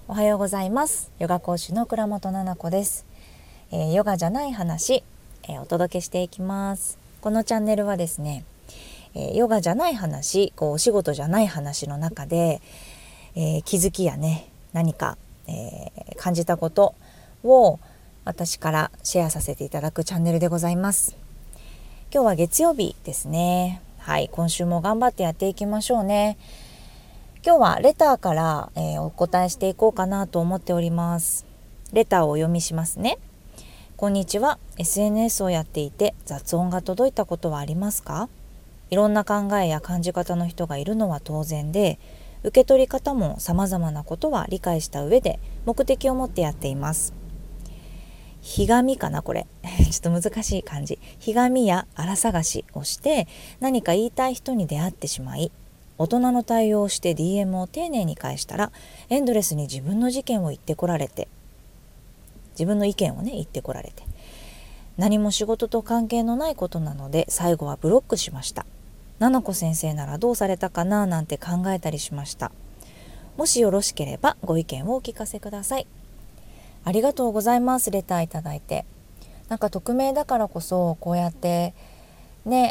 おはようございます。ヨガ講師の倉本々子です。ヨガじゃない話、お届けしていきます。このチャンネルはですね、ヨガじゃない話、お仕事じゃない話の中で、気づきやね、何か、感じたことを私からシェアさせていただくチャンネルでございます。今日は月曜日ですね。はい、今週も頑張ってやっていきましょうね。今日はレターから、お答えしていこうかなと思っております。レターをお読みしますね。こんにちは。 SNS をやっていて雑音が届いたことはありますか？いろんな考えや感じ方の人がいるのは当然で、受け取り方も様々なことは理解した上で目的を持ってやっています。ひがみかなこれちょっと難しい漢字。ひがみやあら探しをして何か言いたい人に出会ってしまい、大人の対応をして DM を丁寧に返したら、エンドレスに自分の意見を言ってこられて、何も仕事と関係のないことなので最後はブロックしました。ななこ先生ならどうされたかななんて考えたりしました。もしよろしければご意見をお聞かせください。ありがとうございます。レターいただいて。なんか匿名だからこそこうやってね、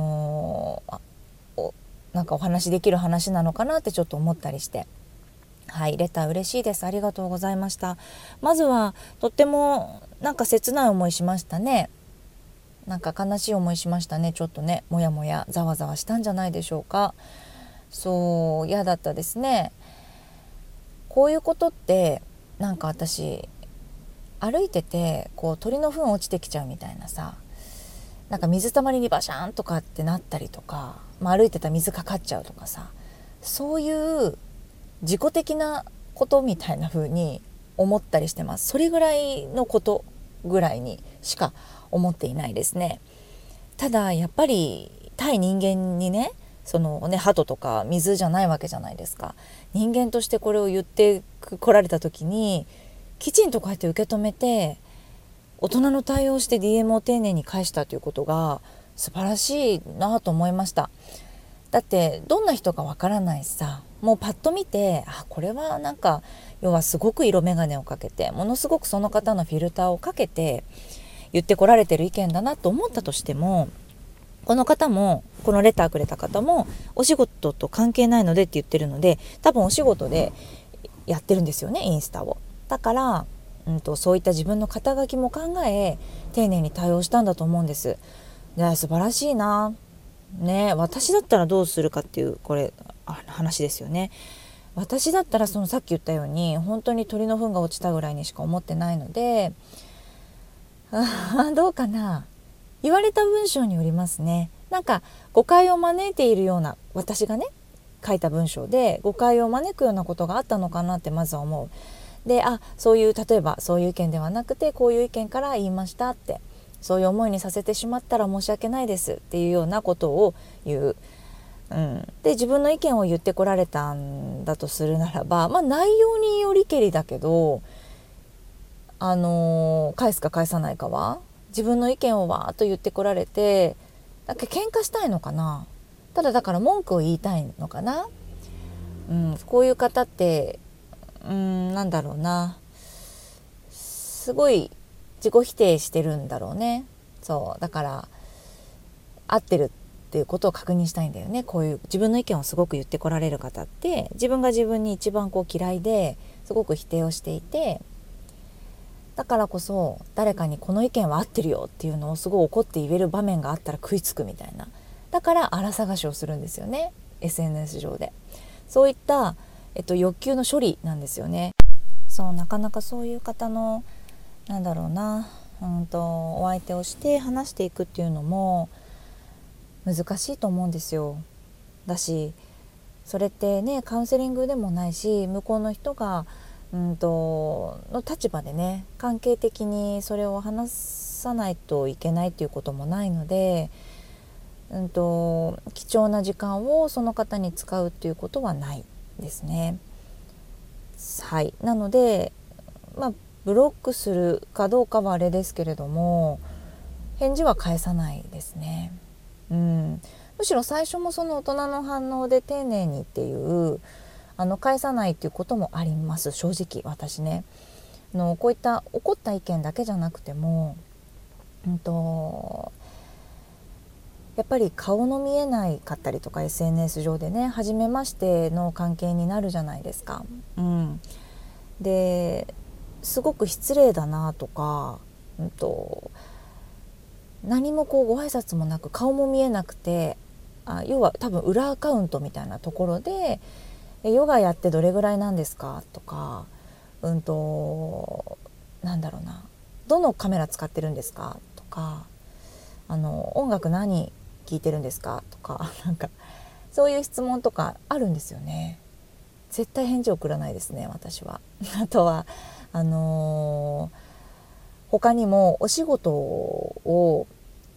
なんかお話できる話なのかなってちょっと思ったりして、はい、レター嬉しいです。ありがとうございました。まずはとってもなんか切ない思いしましたね。なんか悲しい思いしましたね。ちょっとね、もやもやざわざわしたんじゃないでしょうか。そう嫌だったですね。こういうことってなんか私歩いてて鳥の糞落ちてきちゃうみたいなさ、なんか水たまりにバシャーンとかってなったりとか、歩いてたら水かかっちゃうとかさ、そういう自己的なことみたいな風に思ったりしてます。それぐらいのことぐらいにしか思っていないですね。ただやっぱり対人間にね、鳩とか水じゃないわけじゃないですか。人間としてこれを言ってこられた時にきちんとこうやって受け止めて、大人の対応して DM を丁寧に返したということが素晴らしいなと思いました。だってどんな人かわからないしさ、もうパッと見て、これはなんか要はすごく色眼鏡をかけて、ものすごくその方のフィルターをかけて言ってこられてる意見だなと思ったとしても、この方もこのレターくれた方もお仕事と関係ないのでって言ってるので、多分お仕事でやってるんですよね、インスタを。だからそういった自分の肩書きも考え丁寧に対応したんだと思うんです。で、素晴らしいなね。私だったらどうするかっていう話ですよね。私だったらさっき言ったように本当に鳥の糞が落ちたぐらいにしか思ってないので、どうかな、言われた文章によりますね。なんか誤解を招いているような、私がね書いた文章で誤解を招くようなことがあったのかなってまずは思う。で、そういう例えばそういう意見ではなくてこういう意見から言いましたって、そういう思いにさせてしまったら申し訳ないですっていうようなことを言う。で、自分の意見を言ってこられたんだとするならば、内容によりけりだけど、返すか返さないかは自分の意見をわーっと言ってこられて、なんか喧嘩したいのかな。ただだから文句を言いたいのかな。こういう方ってなんだろうな、すごい自己否定してるんだろうね。そうだから合ってるっていうことを確認したいんだよね。こういう自分の意見をすごく言ってこられる方って、自分が自分に一番嫌いですごく否定をしていて、だからこそ誰かにこの意見は合ってるよっていうのをすごい怒って言える場面があったら食いつくみたいな。だから荒探しをするんですよね、 SNS 上で。そういった、欲求の処理なんですよね。そう、なかなかそういう方のなんだろうな、お相手をして話していくっていうのも難しいと思うんですよ。だしそれってね、カウンセリングでもないし、向こうの人がの立場でね、関係的にそれを話さないといけないっていうこともないので、貴重な時間をその方に使うっていうことはないですね。はい、なのでブロックするかどうかはあれですけれども、返事は返さないですね。むしろ最初もその大人の反応で丁寧にっていう返さないっていうこともあります。正直私ね、こういった怒った意見だけじゃなくても、やっぱり顔の見えないかったりとか SNS 上でね、初めましての関係になるじゃないですか。ですごく失礼だなとか、何もこうご挨拶もなく顔も見えなくて、要は多分裏アカウントみたいなところでヨガやってどれぐらいなんですかとか、なんだろうな、どのカメラ使ってるんですかとか、音楽何聴いてるんですかとか、なんかそういう質問とかあるんですよね。絶対返事送らないですね、私は。あとは他にもお仕事を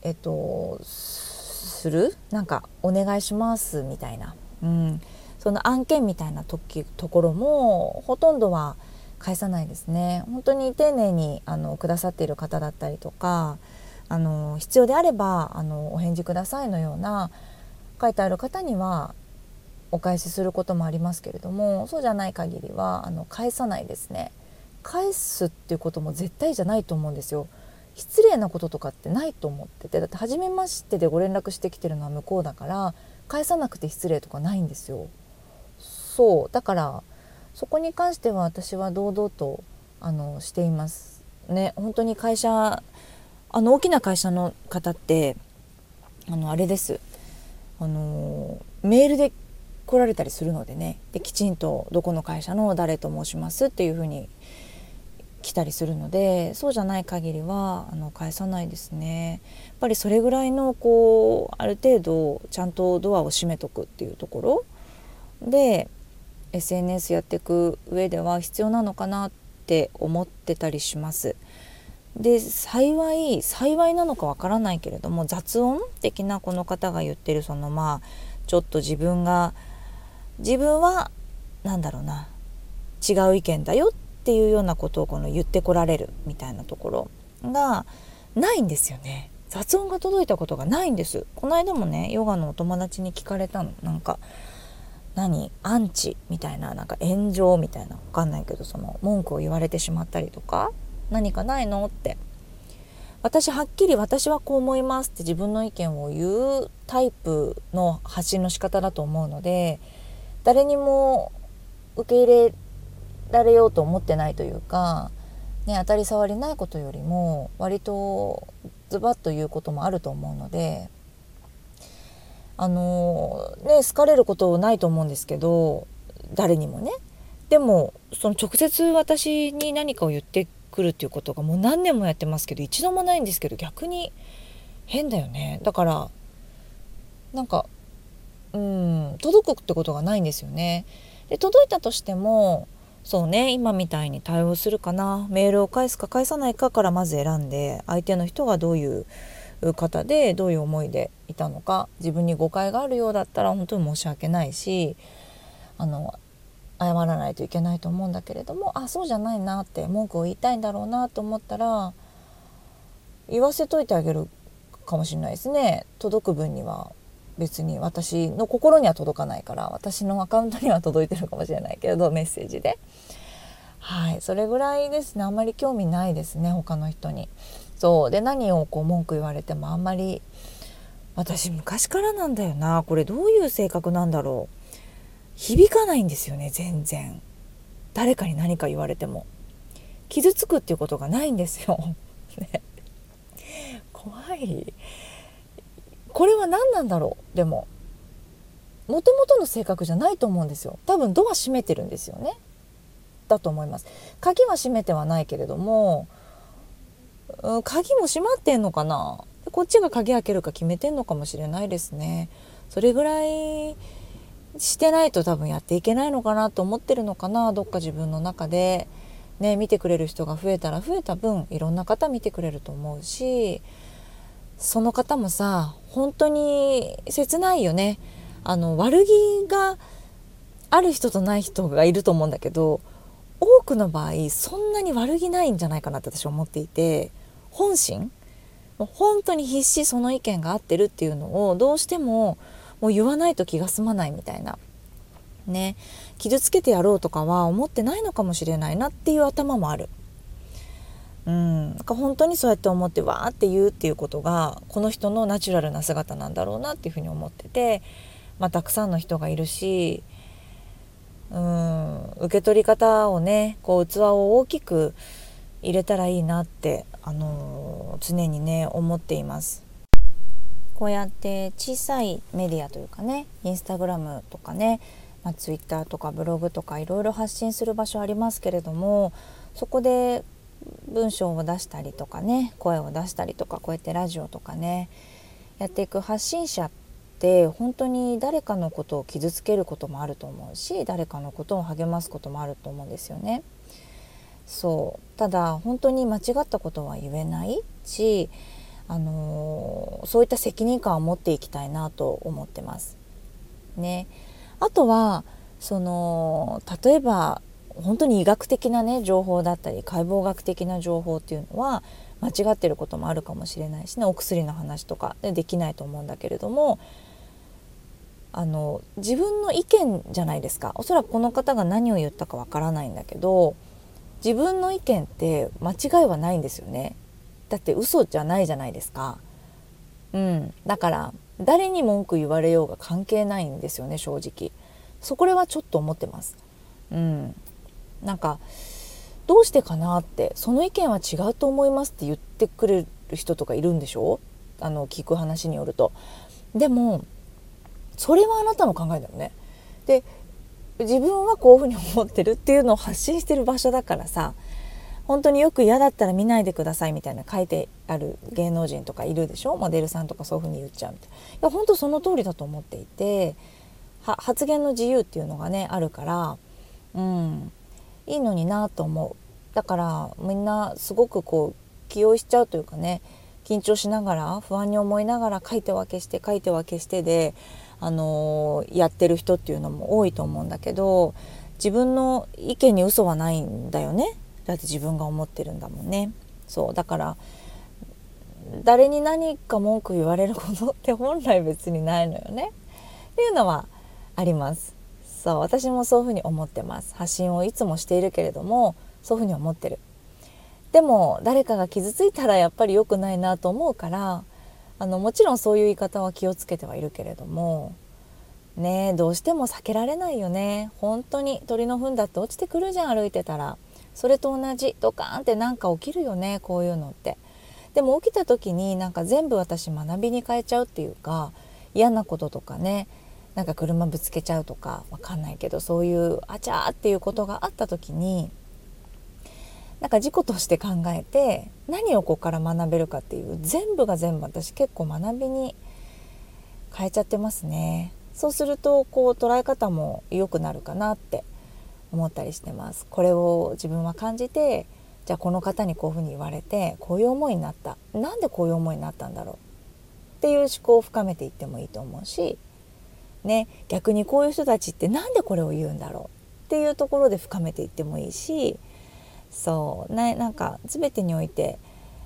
する、なんかお願いしますみたいな、その案件みたいなところもほとんどは返さないですね。本当に丁寧にくださっている方だったりとか、必要であればお返事くださいのような書いてある方にはお返しすることもありますけれども、そうじゃない限りは返さないですね。返すっていうことも絶対じゃないと思うんですよ。失礼なこととかってないと思ってて、だって初めましてでご連絡してきてるのは向こうだから、返さなくて失礼とかないんですよ。そうだからそこに関しては私は堂々としていますね。本当に会社、大きな会社の方ってあれです、メールで来られたりするのでね、できちんとどこの会社の誰と申しますっていうふうに来たりするので、そうじゃない限りは返さないですね。やっぱりそれぐらいのある程度ちゃんとドアを閉めとくっていうところで SNS やっていく上では必要なのかなって思ってたりします。で幸いなのかわからないけれども、雑音的なこの方が言ってるちょっと自分はなんだろうな、違う意見だよっていうようなことを言ってこられるみたいなところがないんですよね。雑音が届いたことがないんです。この間もね、ヨガのお友達に聞かれたの。なんかアンチみたいな、なんか炎上みたいな、わかんないけど、その文句を言われてしまったりとか、何かないのって、私はっきり私はこう思いますって自分の意見を言うタイプの発信の仕方だと思うので、誰にも受け入れられようと思ってないというか、当たり障りないことよりも割とズバッと言うこともあると思うので、好かれることないと思うんですけど、誰にもね。でもその直接私に何かを言ってくるっていうことがもう何年もやってますけど一度もないんですけど、逆に変だよね。だからなんか届くってことがないんですよね。で届いたとしてもそうね、今みたいに対応するかな、メールを返すか返さないかからまず選んで、相手の人がどういう方でどういう思いでいたのか、自分に誤解があるようだったら本当に申し訳ないし、謝らないといけないと思うんだけれども、そうじゃないなって文句を言いたいんだろうなと思ったら言わせといてあげるかもしれないですね。届く分には別に私の心には届かないから、私のアカウントには届いてるかもしれないけれど、メッセージで、それぐらいですね。あんまり興味ないですね、他の人に。そうで、何を文句言われてもあんまり、私昔からなんだよな、これどういう性格なんだろう、響かないんですよね。全然誰かに何か言われても傷つくっていうことがないんですよ、ね、怖い。これは何なんだろう。でももともとの性格じゃないと思うんですよ。多分ドア閉めてるんですよね。だと思います。鍵は閉めてはないけれども、鍵も閉まってんのかな、こっちが鍵開けるか決めてんのかもしれないですね。それぐらいしてないと多分やっていけないのかなと思ってるのかな、どっか自分の中でね。見てくれる人が増えたら増えた分いろんな方見てくれると思うし、その方もさ本当に切ないよね。悪気がある人とない人がいると思うんだけど、多くの場合そんなに悪気ないんじゃないかなって私は思っていて、本心もう本当に必死、その意見が合ってるっていうのをどうしてももう言わないと気が済まないみたいなね。 傷つけてやろうとかは思ってないのかもしれないなっていう頭もある。なんか本当にそうやって思ってわーって言うっていうことがこの人のナチュラルな姿なんだろうなっていうふうに思ってて、たくさんの人がいるし、受け取り方をね、こう器を大きく入れたらいいなって、常にね思っています。こうやって小さいメディアというかね、インスタグラムとかね、ツイッターとかブログとかいろいろ発信する場所ありますけれども、そこで文章を出したりとかね、声を出したりとか、こうやってラジオとかねやっていく発信者って本当に誰かのことを傷つけることもあると思うし、誰かのことを励ますこともあると思うんですよね。ただ本当に間違ったことは言えないし、そういった責任感を持っていきたいなと思ってますね。あとは例えば本当に医学的なね情報だったり解剖学的な情報っていうのは間違ってることもあるかもしれないしね、お薬の話とかできないと思うんだけれども、自分の意見じゃないですか。おそらくこの方が何を言ったかわからないんだけど、自分の意見って間違いはないんですよね。だって嘘じゃないじゃないですか。だから誰に文句言われようが関係ないんですよね、正直。これはちょっと思ってます。なんかどうしてかなって、その意見は違うと思いますって言ってくれる人とかいるんでしょ、聞く話によると。でもそれはあなたの考えだよね。で、自分はこういうふうに思ってるっていうのを発信してる場所だからさ、本当によく嫌だったら見ないでくださいみたいな書いてある芸能人とかいるでしょ、モデルさんとかそういうふうに言っちゃうみたいな。いや本当その通りだと思っていて、発言の自由っていうのがねあるから、いいのになと思う。だからみんなすごくこう気負いしちゃうというかね、緊張しながら不安に思いながら書いて分けしてで、やってる人っていうのも多いと思うんだけど、自分の意見に嘘はないんだよね。だって自分が思ってるんだもんね。だから誰に何か文句言われることって本来別にないのよねっていうのはあります。私もそういうふうに思ってます。発信をいつもしているけれどもそういうふうに思ってる。でも誰かが傷ついたらやっぱり良くないなと思うから、もちろんそういう言い方は気をつけてはいるけれどもね、どうしても避けられないよね。本当に鳥の糞だって落ちてくるじゃん、歩いてたら。それと同じ、ドカーンってなんか起きるよね、こういうのって。でも起きた時になんか全部私学びに変えちゃうっていうか、嫌なこととかね、なんか車ぶつけちゃうとかわかんないけど、そういうあちゃーっていうことがあった時になんか事故として考えて何をここから学べるかっていう、全部が全部私結構学びに変えちゃってますね。そうするとこう捉え方も良くなるかなって思ったりしてます。これを自分は感じて、じゃあこの方にこういうふうに言われてこういう思いになった、なんでこういう思いになったんだろうっていう思考を深めていってもいいと思うしね、逆にこういう人たちってなんでこれを言うんだろうっていうところで深めていってもいいし、なんか全てにおいて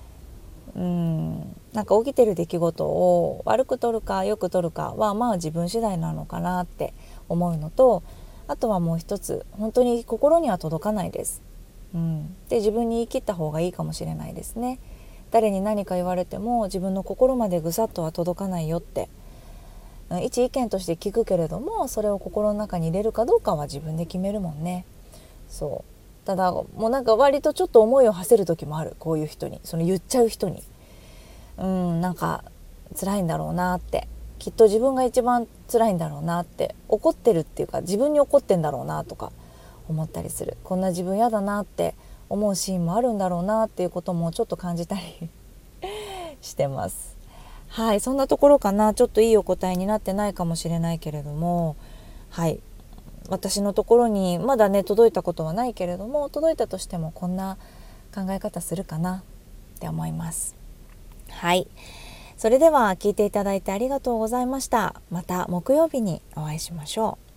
なんか起きてる出来事を悪く取るか良く取るかは自分次第なのかなって思うのと、あとはもう一つ、本当に心には届かないです。で自分に言い切った方がいいかもしれないですね。誰に何か言われても自分の心までぐさっとは届かないよって、一意見として聞くけれども、それを心の中に入れるかどうかは自分で決めるもんね。ただもうなんか割とちょっと思いを馳せる時もある。こういう人に、言っちゃう人になんか辛いんだろうなって、きっと自分が一番辛いんだろうなって、怒ってるっていうか自分に怒ってんだろうなとか思ったりする。こんな自分嫌だなって思うシーンもあるんだろうなっていうこともちょっと感じたりしてます。はい、そんなところかな。ちょっといいお答えになってないかもしれないけれども、私のところにまだね届いたことはないけれども、届いたとしてもこんな考え方するかなって思います。それでは聞いていただいてありがとうございました。また木曜日にお会いしましょう。